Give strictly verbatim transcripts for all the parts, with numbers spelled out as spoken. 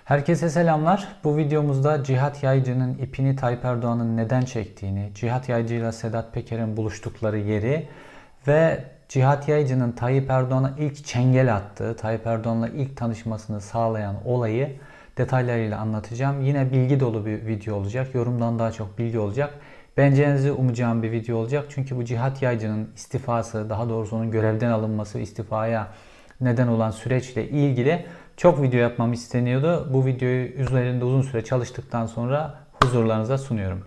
Herkese selamlar. Bu videomuzda Cihat Yaycı'nın ipini Tayyip Erdoğan'ın neden çektiğini, Cihat Yaycı ile Sedat Peker'in buluştukları yeri ve Cihat Yaycı'nın Tayyip Erdoğan'a ilk çengel attığı, Tayyip Erdoğan'la ilk tanışmasını sağlayan olayı detaylarıyla anlatacağım. Yine bilgi dolu bir video olacak. Yorumdan daha çok bilgi olacak. Beğeneceğinizi umacağım bir video olacak. Çünkü bu Cihat Yaycı'nın istifası, daha doğrusu onun görevden alınması, istifaya neden olan süreçle ilgili çok video yapmam isteniyordu. Bu videoyu üzerinde uzun süre çalıştıktan sonra huzurlarınıza sunuyorum.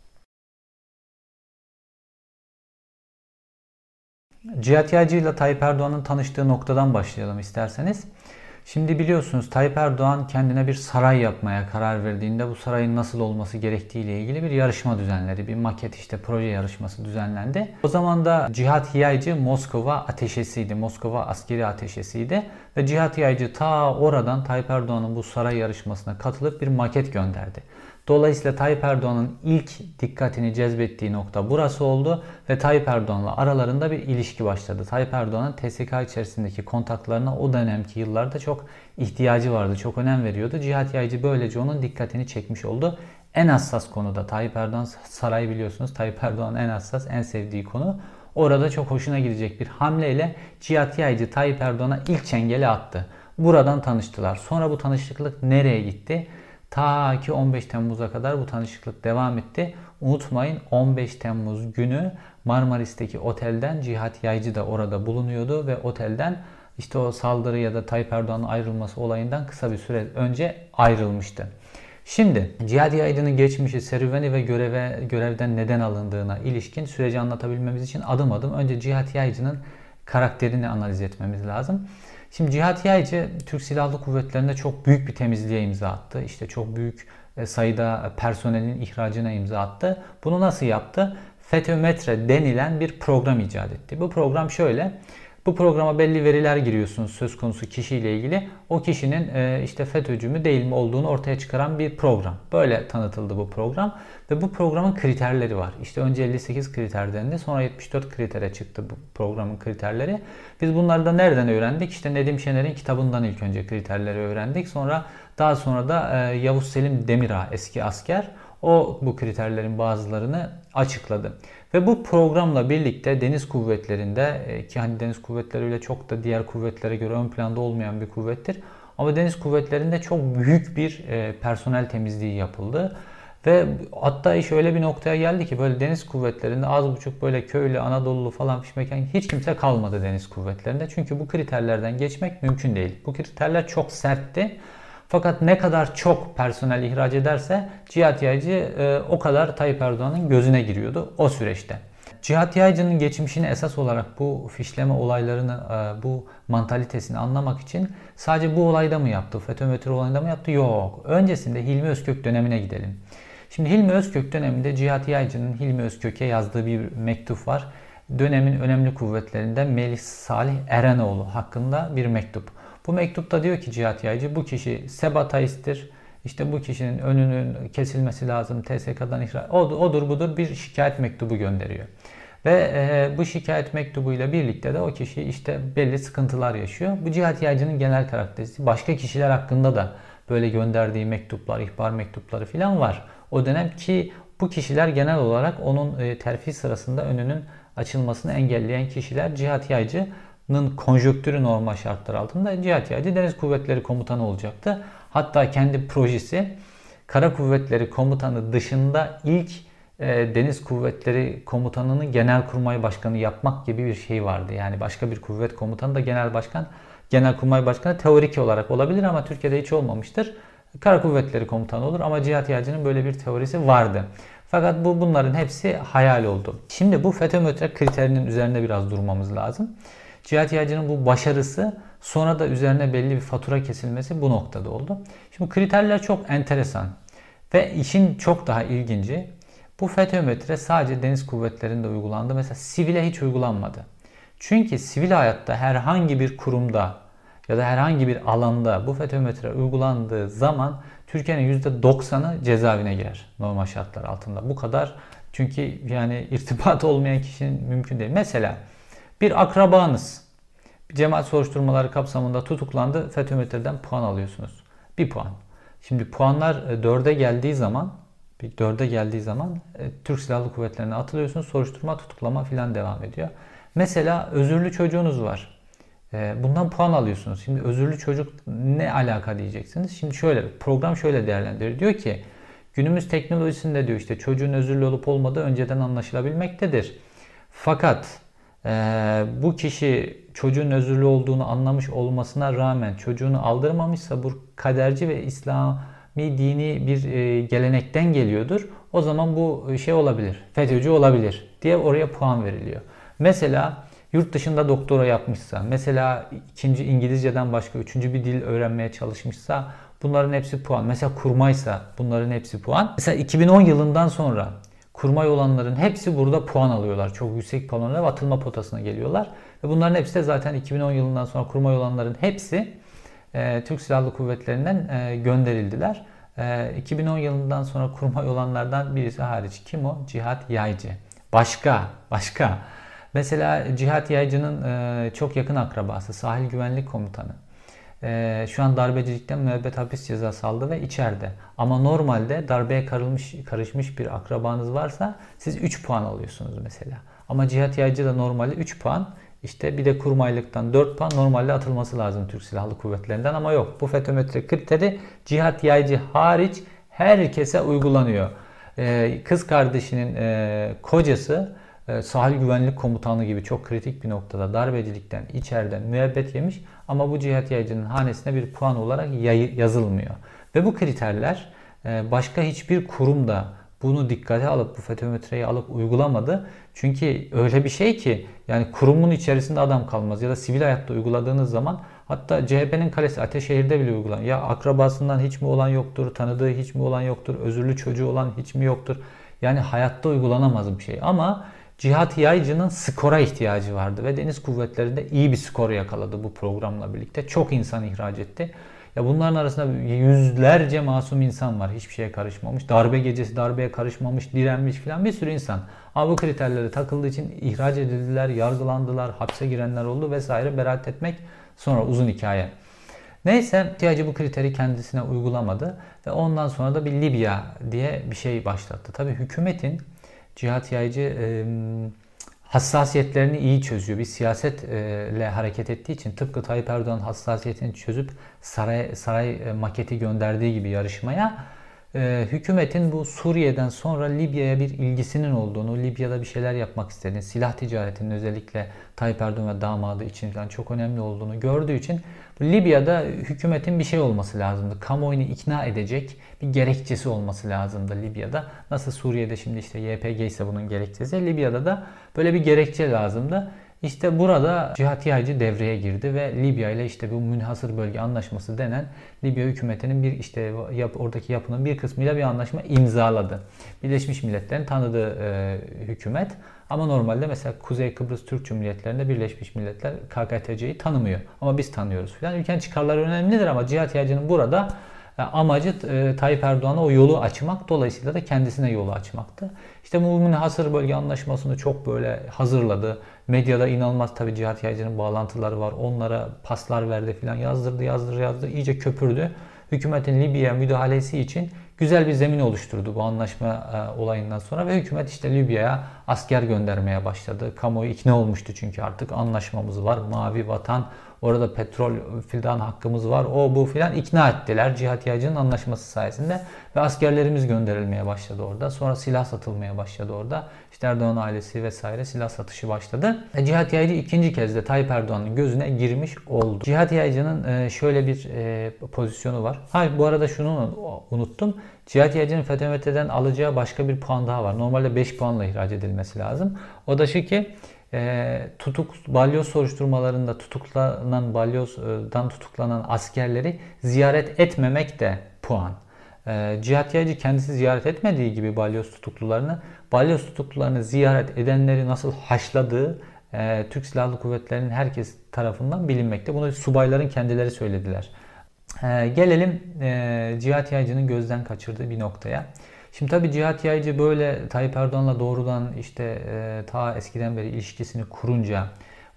Cihat Yaycı ile Tayyip Erdoğan'ın tanıştığı noktadan başlayalım isterseniz. Şimdi biliyorsunuz Tayyip Erdoğan kendine bir saray yapmaya karar verdiğinde bu sarayın nasıl olması gerektiği ile ilgili bir yarışma düzenledi. Bir maket işte proje yarışması düzenlendi. O zaman da Cihat Yaycı Moskova ateşesiydi. Moskova askeri ateşesiydi. Ve Cihat Yaycı ta oradan Tayyip Erdoğan'ın bu saray yarışmasına katılıp bir maket gönderdi. Dolayısıyla Tayyip Erdoğan'ın ilk dikkatini cezbettiği nokta burası oldu ve Tayyip Erdoğan'la aralarında bir ilişki başladı. Tayyip Erdoğan'ın T S K içerisindeki kontaklarına o dönemki yıllarda çok ihtiyacı vardı, çok önem veriyordu. Cihat Yaycı böylece onun dikkatini çekmiş oldu. En hassas konuda Tayyip Erdoğan sarayı biliyorsunuz. Tayyip Erdoğan'ın en hassas, en sevdiği konu. Orada çok hoşuna gidecek bir hamleyle Cihat Yaycı Tayyip Erdoğan'a ilk çengeli attı. Buradan tanıştılar. Sonra bu tanışıklık nereye gitti? Ta ki on beş Temmuz'a kadar bu tanışıklık devam etti. Unutmayın on beş Temmuz günü Marmaris'teki otelden Cihat Yaycı da orada bulunuyordu ve otelden işte o saldırı ya da Tayyip Erdoğan'ın ayrılması olayından kısa bir süre önce ayrılmıştı. Şimdi Cihat Yaycı'nın geçmişi, serüveni ve göreve, görevden neden alındığına ilişkin süreci anlatabilmemiz için adım adım önce Cihat Yaycı'nın karakterini analiz etmemiz lazım. Şimdi Cihat Yaycı Türk Silahlı Kuvvetleri'nde çok büyük bir temizliğe imza attı. İşte çok büyük sayıda personelin ihracına imza attı. Bunu nasıl yaptı? FETÖmetre denilen bir program icat etti. Bu program şöyle. Bu programa belli veriler giriyorsunuz söz konusu kişiyle ilgili. O kişinin işte FETÖ'cü mü değil mi olduğunu ortaya çıkaran bir program. Böyle tanıtıldı bu program. Ve bu programın kriterleri var. İşte önce elli sekiz kriter dendi. Sonra yetmiş dört kritere çıktı bu programın kriterleri. Biz bunları da nereden öğrendik? İşte Nedim Şener'in kitabından ilk önce kriterleri öğrendik. Sonra daha sonra da Yavuz Selim Demirağ eski asker. O bu kriterlerin bazılarını açıkladı. Ve bu programla birlikte deniz kuvvetlerinde ki hani deniz kuvvetleri öyle çok da diğer kuvvetlere göre ön planda olmayan bir kuvvettir. Ama deniz kuvvetlerinde çok büyük bir personel temizliği yapıldı. Ve hatta iş öyle bir noktaya geldi ki böyle deniz kuvvetlerinde az buçuk böyle köylü, Anadolulu falan fişmeken hiç kimse kalmadı deniz kuvvetlerinde. Çünkü bu kriterlerden geçmek mümkün değil. Bu kriterler çok sertti. Fakat ne kadar çok personel ihraç ederse Cihat Yaycı e, o kadar Tayyip Erdoğan'ın gözüne giriyordu o süreçte. Cihat Yaycı'nın geçmişini esas olarak bu fişleme olaylarını, e, bu mantalitesini anlamak için sadece bu olayda mı yaptı, FETÖ-METRO olayında mı yaptı? Yok. Öncesinde Hilmi Özkök dönemine gidelim. Şimdi Hilmi Özkök döneminde Cihat Yaycı'nın Hilmi Özkök'e yazdığı bir mektup var. Dönemin önemli kuvvetlerinden Melih Salih Erenoğlu hakkında bir mektup. Bu mektupta diyor ki Cihat Yaycı bu kişi sebatayisttir. İşte bu kişinin önünün kesilmesi lazım. T S K'dan ihraç. Odur budur bir şikayet mektubu gönderiyor. Ve e, bu şikayet mektubuyla birlikte de o kişi işte belli sıkıntılar yaşıyor. Bu Cihat Yaycı'nın genel karakteristiği. Başka kişiler hakkında da böyle gönderdiği mektuplar, ihbar mektupları falan var. O dönem ki bu kişiler genel olarak onun e, terfi sırasında önünün açılmasını engelleyen kişiler. Cihat Yaycı'nın konjonktürü normal şartlar altında Cihat Yaycı Deniz Kuvvetleri Komutanı olacaktı. Hatta kendi projesi Kara Kuvvetleri Komutanı dışında ilk e, Deniz Kuvvetleri Komutanı'nın Genelkurmay Başkanı yapmak gibi bir şey vardı. Yani başka bir kuvvet komutanı da genel başkan, Genelkurmay Başkanı teorik olarak olabilir ama Türkiye'de hiç olmamıştır. Kara Kuvvetleri Komutanı olur ama Cihat Yaycı'nın böyle bir teorisi vardı. Fakat bu bunların hepsi hayal oldu. Şimdi bu FETÖ-METRO kriterinin üzerinde biraz durmamız lazım. Cihat Yaycı'nın bu başarısı sonra da üzerine belli bir fatura kesilmesi bu noktada oldu. Şimdi kriterler çok enteresan ve işin çok daha ilginci bu FETÖ-METRO sadece deniz kuvvetlerinde uygulandı. Mesela sivile hiç uygulanmadı. Çünkü sivil hayatta herhangi bir kurumda ya da herhangi bir alanda bu FETÖ-METRO uygulandığı zaman Türkiye'nin yüzde doksanı cezaevine girer normal şartlar altında. Bu kadar çünkü yani irtibat olmayan kişinin mümkün değil. Mesela bir akrabanız cemaat soruşturmaları kapsamında tutuklandı. FETÖ-METRO'dan puan alıyorsunuz. Bir puan. Şimdi puanlar dörde geldiği zaman bir dörde geldiği zaman e, Türk Silahlı Kuvvetleri'ne atılıyorsunuz. Soruşturma, tutuklama filan devam ediyor. Mesela özürlü çocuğunuz var. E, bundan puan alıyorsunuz. Şimdi özürlü çocuk ne alaka diyeceksiniz. Şimdi şöyle program şöyle değerlendiriyor. Diyor ki günümüz teknolojisinde diyor işte çocuğun özürlü olup olmadığı önceden anlaşılabilmektedir. Fakat e, bu kişi çocuğun özürlü olduğunu anlamış olmasına rağmen çocuğunu aldırmamışsa bu kaderci ve İslami dini bir e, gelenekten geliyordur. O zaman bu şey olabilir, FETÖ'cü olabilir diye oraya puan veriliyor. Mesela yurt dışında doktora yapmışsa, mesela ikinci İngilizceden başka üçüncü bir dil öğrenmeye çalışmışsa bunların hepsi puan. Mesela kurmaysa bunların hepsi puan. Mesela iki bin on yılından sonra kurmay olanların hepsi burada puan alıyorlar. Çok yüksek puanlarla atılma potasına geliyorlar. Ve bunların hepsi de zaten iki bin on yılından sonra kurmay olanların hepsi e, Türk Silahlı Kuvvetleri'nden e, gönderildiler. E, iki bin on yılından sonra kurmay olanlardan birisi hariç kim o? Cihat Yaycı. Başka, başka. Mesela Cihat Yaycı'nın e, çok yakın akrabası, Sahil Güvenlik Komutanı. E, şu an darbecilikten müebbet hapis cezası aldı ve içeride. Ama normalde darbeye karılmış, karışmış bir akrabanız varsa siz üç puan alıyorsunuz mesela. Ama Cihat Yaycı da normalde üç puan, işte bir de kurmaylıktan dört puan normalde atılması lazım Türk Silahlı Kuvvetleri'nden ama yok. Bu FETÖ-METRE kriteri Cihat Yaycı hariç herkese uygulanıyor. E, kız kardeşinin e, kocası Sahil Güvenlik Komutanlığı gibi çok kritik bir noktada darbecilikten içeriden müebbet yemiş ama bu Cihat Yaycı'nın hanesine bir puan olarak yazılmıyor. Ve bu kriterler başka hiçbir kurum da bunu dikkate alıp bu FETÖ-METRE'yi alıp uygulamadı. Çünkü öyle bir şey ki yani kurumun içerisinde adam kalmaz ya da sivil hayatta uyguladığınız zaman hatta C H P'nin kalesi Ateşehir'de bile uygulanıyor. Ya akrabasından hiç mi olan yoktur, tanıdığı hiç mi olan yoktur, özürlü çocuğu olan hiç mi yoktur? Yani hayatta uygulanamaz bir şey ama Cihat Yaycı'nın skora ihtiyacı vardı ve Deniz Kuvvetleri'nde iyi bir skor yakaladı bu programla birlikte. Çok insan ihraç etti. Ya bunların arasında yüzlerce masum insan var. Hiçbir şeye karışmamış. Darbe gecesi darbeye karışmamış, direnmiş filan bir sürü insan. Ama bu kriterlere takıldığı için ihraç edildiler, yargılandılar, hapse girenler oldu vesaire. Beraat etmek sonra uzun hikaye. Neyse Yaycı bu kriteri kendisine uygulamadı ve ondan sonra da bir Libya diye bir şey başlattı. Tabii hükümetin Cihat Yaycı e, hassasiyetlerini iyi çözüyor. Bir siyasetle hareket ettiği için tıpkı Tayyip Erdoğan hassasiyetini çözüp saray, saray maketi gönderdiği gibi yarışmaya e, hükümetin bu Suriye'den sonra Libya'ya bir ilgisinin olduğunu, Libya'da bir şeyler yapmak istediğini, silah ticaretinin özellikle Tayyip Erdoğan ve damadı için falan çok önemli olduğunu gördüğü için Libya'da hükümetin bir şey olması lazımdı. Kamuoyunu ikna edecek bir gerekçesi olması lazımdı Libya'da. Nasıl Suriye'de şimdi işte Y P G ise bunun gerekçesi. Libya'da da böyle bir gerekçe lazımdı. İşte burada Cihat Yaycı devreye girdi ve Libya ile işte bu münhasır bölge anlaşması denen Libya hükümetinin bir işte yap, oradaki yapının bir kısmıyla bir anlaşma imzaladı. Birleşmiş Milletler'in tanıdığı e, hükümet. Ama normalde mesela Kuzey Kıbrıs Türk Cumhuriyetlerinde Birleşmiş Milletler K K T C'yi tanımıyor. Ama biz tanıyoruz filan. Ülkenin çıkarları önemlidir ama Cihat Yaycı'nın burada amacı e, Tayyip Erdoğan'a o yolu açmak. Dolayısıyla da kendisine yolu açmaktı. İşte bu münhasır bölge anlaşmasını çok böyle hazırladı. Medyada inanılmaz tabii Cihat Yaycı'nın bağlantıları var. Onlara paslar verdi filan. Yazdırdı, yazdırdı, yazdırdı. İyice köpürdü. Hükümetin Libya'ya müdahalesi için güzel bir zemin oluşturdu bu anlaşma e, olayından sonra ve hükümet işte Libya'ya asker göndermeye başladı. Kamuoyu ikna olmuştu çünkü artık anlaşmamız var. Mavi vatan, orada petrol filan hakkımız var. O bu filan ikna ettiler Cihat Yaycı'nın anlaşması sayesinde ve askerlerimiz gönderilmeye başladı orada. Sonra silah satılmaya başladı orada. İşte Erdoğan ailesi vesaire silah satışı başladı. E, Cihat Yaycı ikinci kez de Tayyip Erdoğan'ın gözüne girmiş oldu. Cihat Yaycı'nın e, şöyle bir e, pozisyonu var. Hayır bu arada şunu unuttum. Cihat Yaycı'nın FETÖ-METRE'den alacağı başka bir puan daha var. Normalde beş puanla ihraç edilmesi lazım. O da şu ki e, tutuk balyoz soruşturmalarında tutuklanan balyozdan tutuklanan askerleri ziyaret etmemek de puan. E, Cihat Yaycı kendisi ziyaret etmediği gibi balyoz tutuklularını, balyoz tutuklularını ziyaret edenleri nasıl haşladığı e, Türk Silahlı Kuvvetleri'nin herkes tarafından bilinmekte. Bunu subayların kendileri söylediler. Ee, gelelim e, Cihat Yaycı'nın gözden kaçırdığı bir noktaya. Şimdi tabii Cihat Yaycı böyle Tayyip Erdoğan'la doğrudan işte e, ta eskiden beri ilişkisini kurunca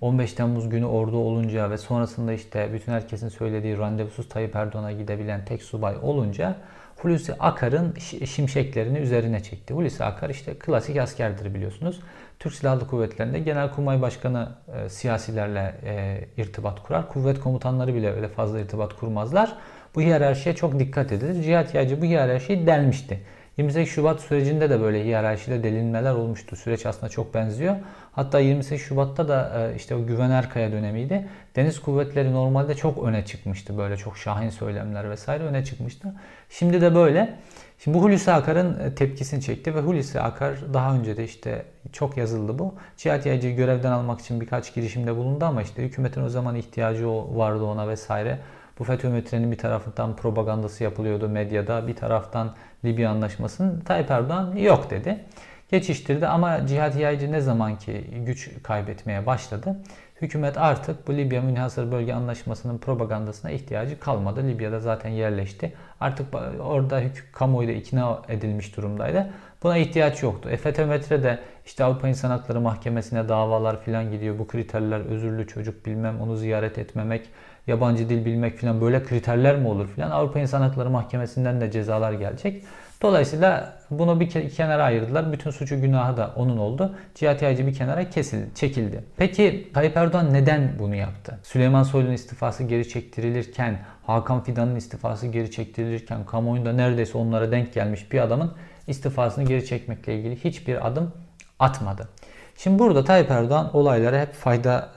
on beş Temmuz günü ordu olunca ve sonrasında işte bütün herkesin söylediği randevusuz Tayyip Erdoğan'a gidebilen tek subay olunca Hulusi Akar'ın şimşeklerini üzerine çekti. Hulusi Akar işte klasik askerdir biliyorsunuz. Türk Silahlı Kuvvetleri'nde Genelkurmay Başkanı e, siyasilerle e, irtibat kurar. Kuvvet komutanları bile öyle fazla irtibat kurmazlar. Bu hiyerarşiye çok dikkat edilir. Cihat Yaycı bu hiyerarşiyi delmişti. yirmi sekiz Şubat sürecinde de böyle hiyerarşide delinmeler olmuştu. Süreç aslında çok benziyor. Hatta yirmi sekiz Şubat'ta da işte o Güven Erkaya dönemiydi. Deniz kuvvetleri normalde çok öne çıkmıştı. Böyle çok şahin söylemler vesaire öne çıkmıştı. Şimdi de böyle. Şimdi bu Hulusi Akar'ın tepkisini çekti ve Hulusi Akar daha önce de işte çok yazıldı bu. Cihat Yaycı'yı görevden almak için birkaç girişimde bulundu ama işte hükümetin o zaman ihtiyacı vardı ona vesaire. Bu FETÖ hükümetinin bir taraftan propagandası yapılıyordu medyada, bir taraftan Libya Anlaşması'nın. Tayyip Erdoğan yok dedi. Geçiştirdi ama Cihat Yaycı ne zaman ki güç kaybetmeye başladı, hükümet artık bu Libya Münhasır Bölge Anlaşması'nın propagandasına ihtiyacı kalmadı. Libya'da zaten yerleşti. Artık orada kamuoyu da ikna edilmiş durumdaydı. Buna ihtiyaç yoktu. E, FETÖ de işte Avrupa İnsan Hakları Mahkemesi'ne davalar filan gidiyor. Bu kriterler özürlü çocuk bilmem onu ziyaret etmemek, yabancı dil bilmek filan böyle kriterler mi olur filan. Avrupa İnsan Hakları Mahkemesi'nden de cezalar gelecek. Dolayısıyla bunu bir kenara ayırdılar. Bütün suçu günahı da onun oldu. Cihat Yaycı bir kenara kesildi, çekildi. Peki Tayyip Erdoğan neden bunu yaptı? Süleyman Soylu'nun istifası geri çektirilirken, Hakan Fidan'ın istifası geri çektirilirken, kamuoyunda neredeyse onlara denk gelmiş bir adamın istifasını geri çekmekle ilgili hiçbir adım atmadı. Şimdi burada Tayyip Erdoğan olaylara hep fayda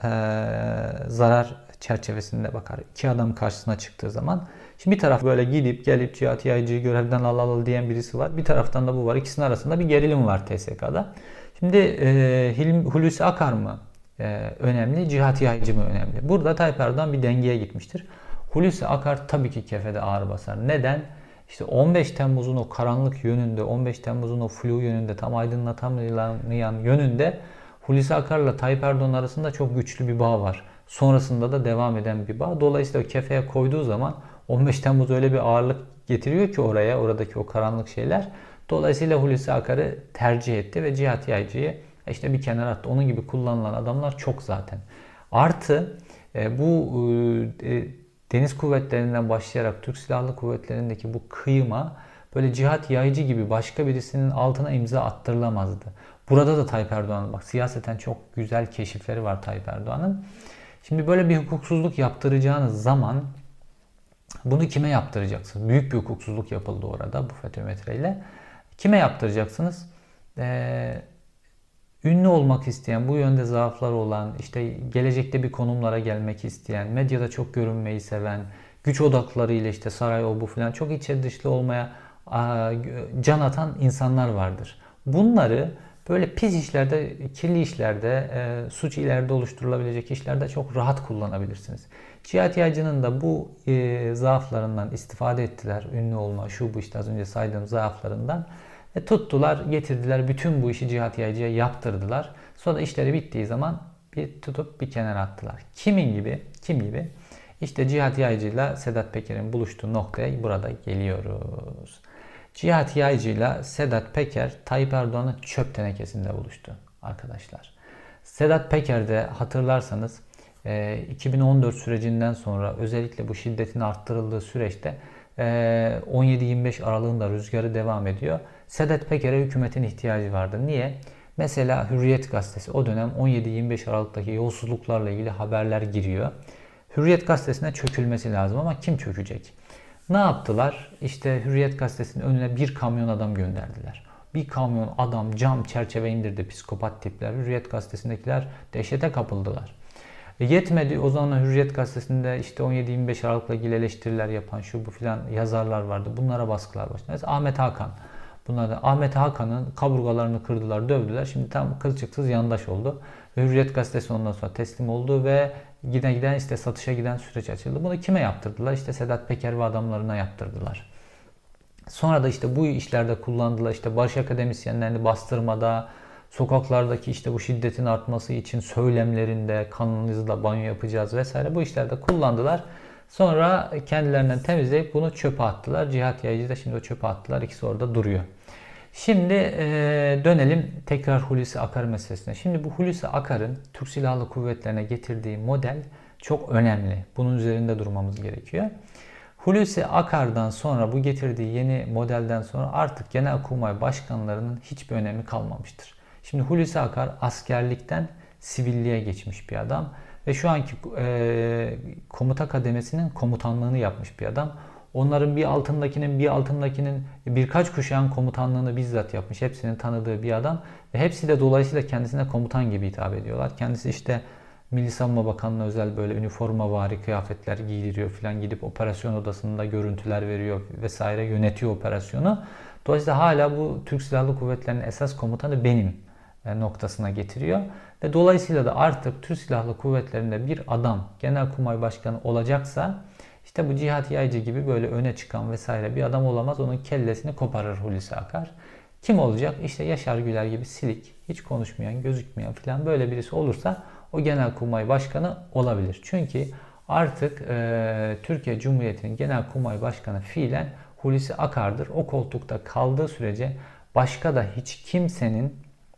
e, zarar çerçevesinde bakar. İki adam karşısına çıktığı zaman. Şimdi bir taraf böyle gidip gelip Cihat Yaycı'yı görevden al al diyen birisi var. Bir taraftan da bu var. İkisinin arasında bir gerilim var T S K'da. Şimdi e, Hulusi Akar mı e, önemli, Cihat Yaycı mı önemli? Burada Tayyip Erdoğan bir dengeye gitmiştir. Hulusi Akar tabii ki kefede ağır basar. Neden? İşte on beş Temmuz'un o karanlık yönünde, on beş Temmuz'un o flu yönünde, tam aydınlatamayan yönünde Hulusi Akar'la Tayyip Erdoğan arasında çok güçlü bir bağ var. Sonrasında da devam eden bir bağ. Dolayısıyla o kefeye koyduğu zaman on beş Temmuz öyle bir ağırlık getiriyor ki oraya, oradaki o karanlık şeyler. Dolayısıyla Hulusi Akar'ı tercih etti ve Cihat Yaycı'yı işte bir kenara attı. Onun gibi kullanılan adamlar çok zaten. Artı bu deniz kuvvetlerinden başlayarak Türk Silahlı Kuvvetleri'ndeki bu kıyıma böyle Cihat Yaycı gibi başka birisinin altına imza attırılamazdı. Burada da Tayyip Erdoğan'ın bak siyaseten çok güzel keşifleri var Tayyip Erdoğan'ın. Şimdi böyle bir hukuksuzluk yaptıracağınız zaman bunu kime yaptıracaksınız? Büyük bir hukuksuzluk yapıldı orada bu FETÖ metreyle. Kime yaptıracaksınız? Ee, ünlü olmak isteyen, bu yönde zaafları olan, işte gelecekte bir konumlara gelmek isteyen, medyada çok görünmeyi seven, güç odaklarıyla işte saray o bu filan çok içeri dışlı olmaya a, can atan insanlar vardır. Bunları böyle pis işlerde, kirli işlerde, e, suç ileride oluşturulabilecek işlerde çok rahat kullanabilirsiniz. Cihat Yaycı'nın da bu e, zaaflarından istifade ettiler. Ünlü olma, şu bu işte az önce saydığım zaaflarından. E, tuttular, getirdiler. Bütün bu işi Cihat Yaycı'ya yaptırdılar. Sonra işleri bittiği zaman bir tutup bir kenara attılar. Kimin gibi? Kim gibi? İşte Cihat Yaycı'yla Sedat Peker'in buluştuğu noktaya burada geliyoruz. Cihat Yaycı'yla Sedat Peker Tayyip Erdoğan'ın çöp tenekesinde buluştu arkadaşlar. Sedat Peker de hatırlarsanız iki bin on dört sürecinden sonra özellikle bu şiddetin arttırıldığı süreçte on yedi yirmi beş aralığında rüzgarı devam ediyor. Sedat Peker'e hükümetin ihtiyacı vardı. Niye? Mesela Hürriyet gazetesi o dönem on yedi yirmi beş Aralık'taki yolsuzluklarla ilgili haberler giriyor. Hürriyet gazetesine çökülmesi lazım ama kim çökecek? Ne yaptılar? İşte Hürriyet gazetesinin önüne bir kamyon adam gönderdiler. Bir kamyon adam cam çerçeve indirdi psikopat tipler. Hürriyet gazetesindekiler dehşete kapıldılar. E yetmedi, o zaman Hürriyet gazetesinde işte on yedi yirmi beş Aralık'la ilgili eleştiriler yapan şu bu filan yazarlar vardı. Bunlara baskılar başladı. Mesela Ahmet Hakan. Bunlar da Ahmet Hakan'ın kaburgalarını kırdılar, dövdüler. Şimdi tam kılçıksız yandaş oldu. Hürriyet gazetesi ondan sonra teslim oldu ve giden giden işte satışa giden süreç açıldı. Bunu kime yaptırdılar? İşte Sedat Peker ve adamlarına yaptırdılar. Sonra da işte bu işlerde kullandılar. İşte barış akademisyenlerini bastırmada, sokaklardaki işte bu şiddetin artması için söylemlerinde kanınızla banyo yapacağız vesaire bu işlerde kullandılar. Sonra kendilerinden temizleyip bunu çöpe attılar. Cihat Yaycı da şimdi o çöpe attılar. İkisi orada duruyor. Şimdi e, dönelim tekrar Hulusi Akar meselesine. Şimdi bu Hulusi Akar'ın Türk Silahlı Kuvvetleri'ne getirdiği model çok önemli. Bunun üzerinde durmamız gerekiyor. Hulusi Akar'dan sonra, bu getirdiği yeni modelden sonra artık Genelkurmay başkanlarının hiçbir önemi kalmamıştır. Şimdi Hulusi Akar askerlikten sivilliğe geçmiş bir adam ve şu anki e, komuta kademesinin komutanlığını yapmış bir adam. Onların bir altındakinin bir altındakinin birkaç kuşağın komutanlığını bizzat yapmış. Hepsinin tanıdığı bir adam ve hepsi de dolayısıyla kendisine komutan gibi hitap ediyorlar. Kendisi işte Milli Savunma Bakanlığı'na özel böyle üniformavari kıyafetler giydiriyor falan, gidip operasyon odasında görüntüler veriyor vesaire, yönetiyor operasyonu. Dolayısıyla hala bu Türk Silahlı Kuvvetleri'nin esas komutanı benim noktasına getiriyor. Ve dolayısıyla da artık Türk Silahlı Kuvvetleri'nde bir adam Genelkurmay Başkanı olacaksa işte bu Cihat Yaycı gibi böyle öne çıkan vesaire bir adam olamaz. Onun kellesini koparır Hulusi Akar. Kim olacak? İşte Yaşar Güler gibi silik, hiç konuşmayan, gözükmeyen falan böyle birisi olursa o Genelkurmay Başkanı olabilir. Çünkü artık e, Türkiye Cumhuriyeti'nin Genelkurmay Başkanı fiilen Hulusi Akar'dır. O koltukta kaldığı sürece başka da hiç kimsenin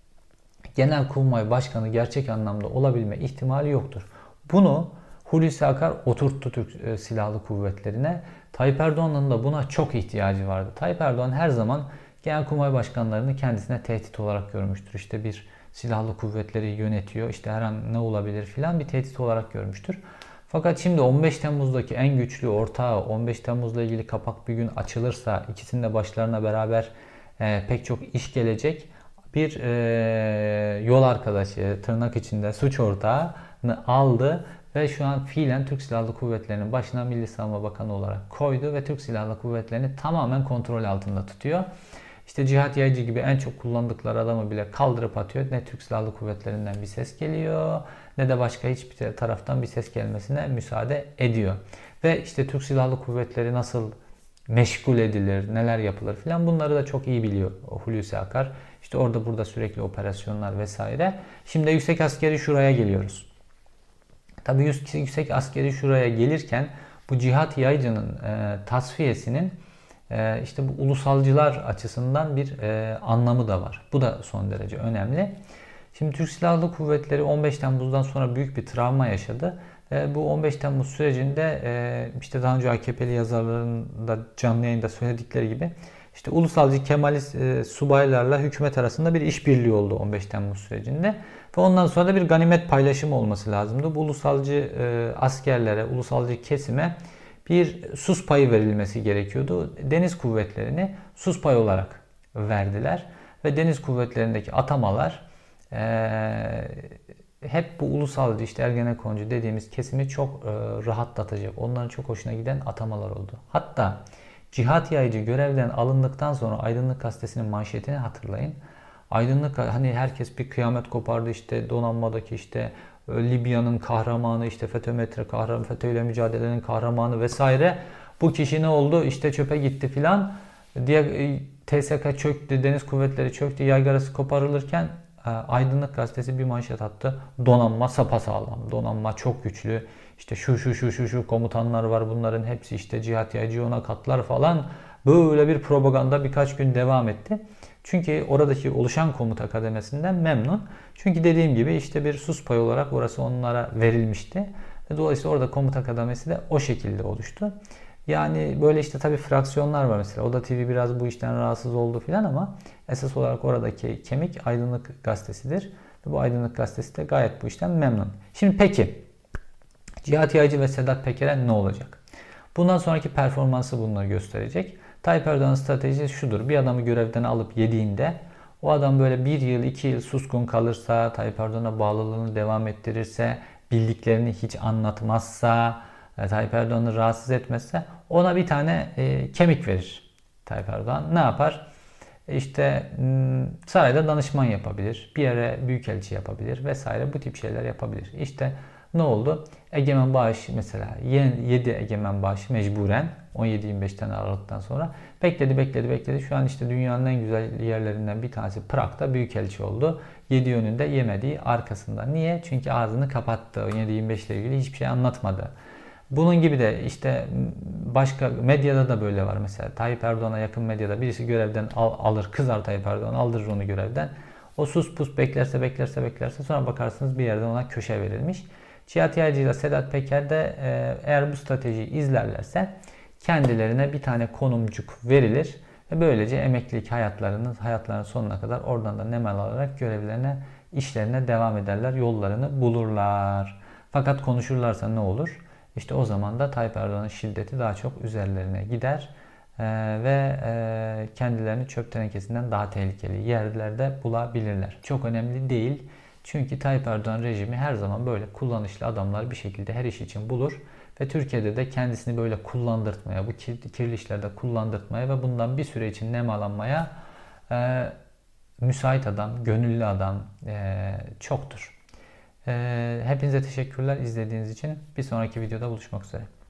Genelkurmay Başkanı gerçek anlamda olabilme ihtimali yoktur. Bunu Hulusi Akar oturttu Türk Silahlı Kuvvetleri'ne. Tayyip Erdoğan'ın da buna çok ihtiyacı vardı. Tayyip Erdoğan her zaman Genelkurmay Başkanlarını kendisine tehdit olarak görmüştür. İşte bir silahlı kuvvetleri yönetiyor, İşte her an ne olabilir filan, bir tehdit olarak görmüştür. Fakat şimdi on beş Temmuz'daki en güçlü ortağı, on beş Temmuz'la ilgili kapak bir gün açılırsa, ikisinin de başlarına beraber e, pek çok iş gelecek bir e, yol arkadaşı, tırnak içinde suç ortağını aldı ve şu an fiilen Türk Silahlı Kuvvetleri'nin başına Milli Savunma Bakanı olarak koydu ve Türk Silahlı Kuvvetleri'ni tamamen kontrol altında tutuyor. İşte Cihat Yaycı gibi en çok kullandıkları adamı bile kaldırıp atıyor. Ne Türk Silahlı Kuvvetleri'nden bir ses geliyor ne de başka hiçbir taraftan bir ses gelmesine müsaade ediyor. Ve işte Türk Silahlı Kuvvetleri nasıl meşgul edilir, neler yapılır filan, bunları da çok iyi biliyor Hulusi Akar. İşte orada burada sürekli operasyonlar vesaire. Şimdi Yüksek Askeri Şura'ya geliyoruz. Tabii Yüksek Askeri Şura'ya gelirken bu Cihat Yaycı'nın e, tasfiyesinin e, işte bu ulusalcılar açısından bir e, anlamı da var. Bu da son derece önemli. Şimdi Türk Silahlı Kuvvetleri on beş Temmuz'dan sonra büyük bir travma yaşadı. E, bu on beş Temmuz sürecinde e, işte daha önce A K P'li yazarların da canlı yayında söyledikleri gibi işte ulusalcı Kemalist e, subaylarla hükümet arasında bir işbirliği oldu on beş Temmuz sürecinde. Ve ondan sonra da bir ganimet paylaşımı olması lazımdı. Bu ulusalcı e, askerlere, ulusalcı kesime bir sus payı verilmesi gerekiyordu. Deniz kuvvetlerini sus payı olarak verdiler. Ve deniz kuvvetlerindeki atamalar e, hep bu ulusalcı, işte Ergenekoncu dediğimiz kesimi çok e, rahatlatacak, onların çok hoşuna giden atamalar oldu. Hatta Cihat Yaycı görevden alındıktan sonra Aydınlık Gazetesi'nin manşetini hatırlayın. Aydınlık, hani herkes bir kıyamet kopardı, işte donanmadaki işte Libya'nın kahramanı, işte FETÖ-METRE kahramanı, FETÖ ile mücadelenin kahramanı vesaire. Bu kişi ne oldu? İşte çöpe gitti filan diye T S K çöktü, deniz kuvvetleri çöktü, yaygarası koparılırken Aydınlık Gazetesi bir manşet attı. Donanma sapasağlam, donanma çok güçlü. İşte şu şu şu şu şu komutanlar var, bunların hepsi işte Cihat Yaycı ona katlar falan. Böyle bir propaganda birkaç gün devam etti. Çünkü oradaki oluşan komuta kademesinden memnun. Çünkü dediğim gibi işte bir sus payı olarak orası onlara verilmişti. Dolayısıyla orada komuta kademesi de o şekilde oluştu. Yani böyle işte tabii fraksiyonlar var mesela. Oda T V biraz bu işten rahatsız oldu filan ama esas olarak oradaki kemik Aydınlık Gazetesi'dir. Ve bu Aydınlık Gazetesi de gayet bu işten memnun. Şimdi peki Cihat Yaycı ve Sedat Peker'e ne olacak? Bundan sonraki performansı bunları gösterecek. Tayyip Erdoğan'ın stratejisi şudur. Bir adamı görevden alıp yediğinde o adam böyle bir yıl, iki yıl suskun kalırsa, Tayyip Erdoğan'a bağlılığını devam ettirirse, bildiklerini hiç anlatmazsa, Tayyip Erdoğan'ı rahatsız etmezse ona bir tane e, kemik verir Tayyip Erdoğan. Ne yapar? İşte sarayda danışman yapabilir, bir yere büyükelçi yapabilir vesaire, bu tip şeyler yapabilir. İşte ne oldu? Egemen Bağış mesela yedi Egemen Bağış mecburen on yedi yirmi beşten Aralık'tan sonra bekledi bekledi bekledi. Şu an işte dünyanın en güzel yerlerinden bir tanesi Prag'da büyükelçi oldu. Yedi yönünde yemediği arkasında. Niye? Çünkü ağzını kapattı. on yedi yirmi beş ile ilgili hiçbir şey anlatmadı. Bunun gibi de işte başka medyada da böyle var. Mesela Tayyip Erdoğan'a yakın medyada birisi görevden al, alır, kızar Tayyip Erdoğan, aldırır onu görevden. O sus pus beklerse beklerse beklerse sonra bakarsınız bir yerden ona köşe verilmiş. Cihat Yaycı ile Sedat Peker de e, eğer bu stratejiyi izlerlerse kendilerine bir tane konumcuk verilir ve böylece emeklilik hayatlarının hayatlarının sonuna kadar oradan da nemel alarak görevlerine, işlerine devam ederler, yollarını bulurlar. Fakat konuşurlarsa ne olur? İşte o zaman da Tayyip Erdoğan'ın şiddeti daha çok üzerlerine gider ee, ve e, kendilerini çöp tenekesinden daha tehlikeli yerlerde bulabilirler. Çok önemli değil. Çünkü Tayyip Erdoğan rejimi her zaman böyle kullanışlı adamlar bir şekilde her iş için bulur. Ve Türkiye'de de kendisini böyle kullandırtmaya, bu kirli işlerde kullandırtmaya ve bundan bir süre için nemalanmaya e, müsait adam, gönüllü adam e, çoktur. E, hepinize teşekkürler izlediğiniz için. Bir sonraki videoda buluşmak üzere.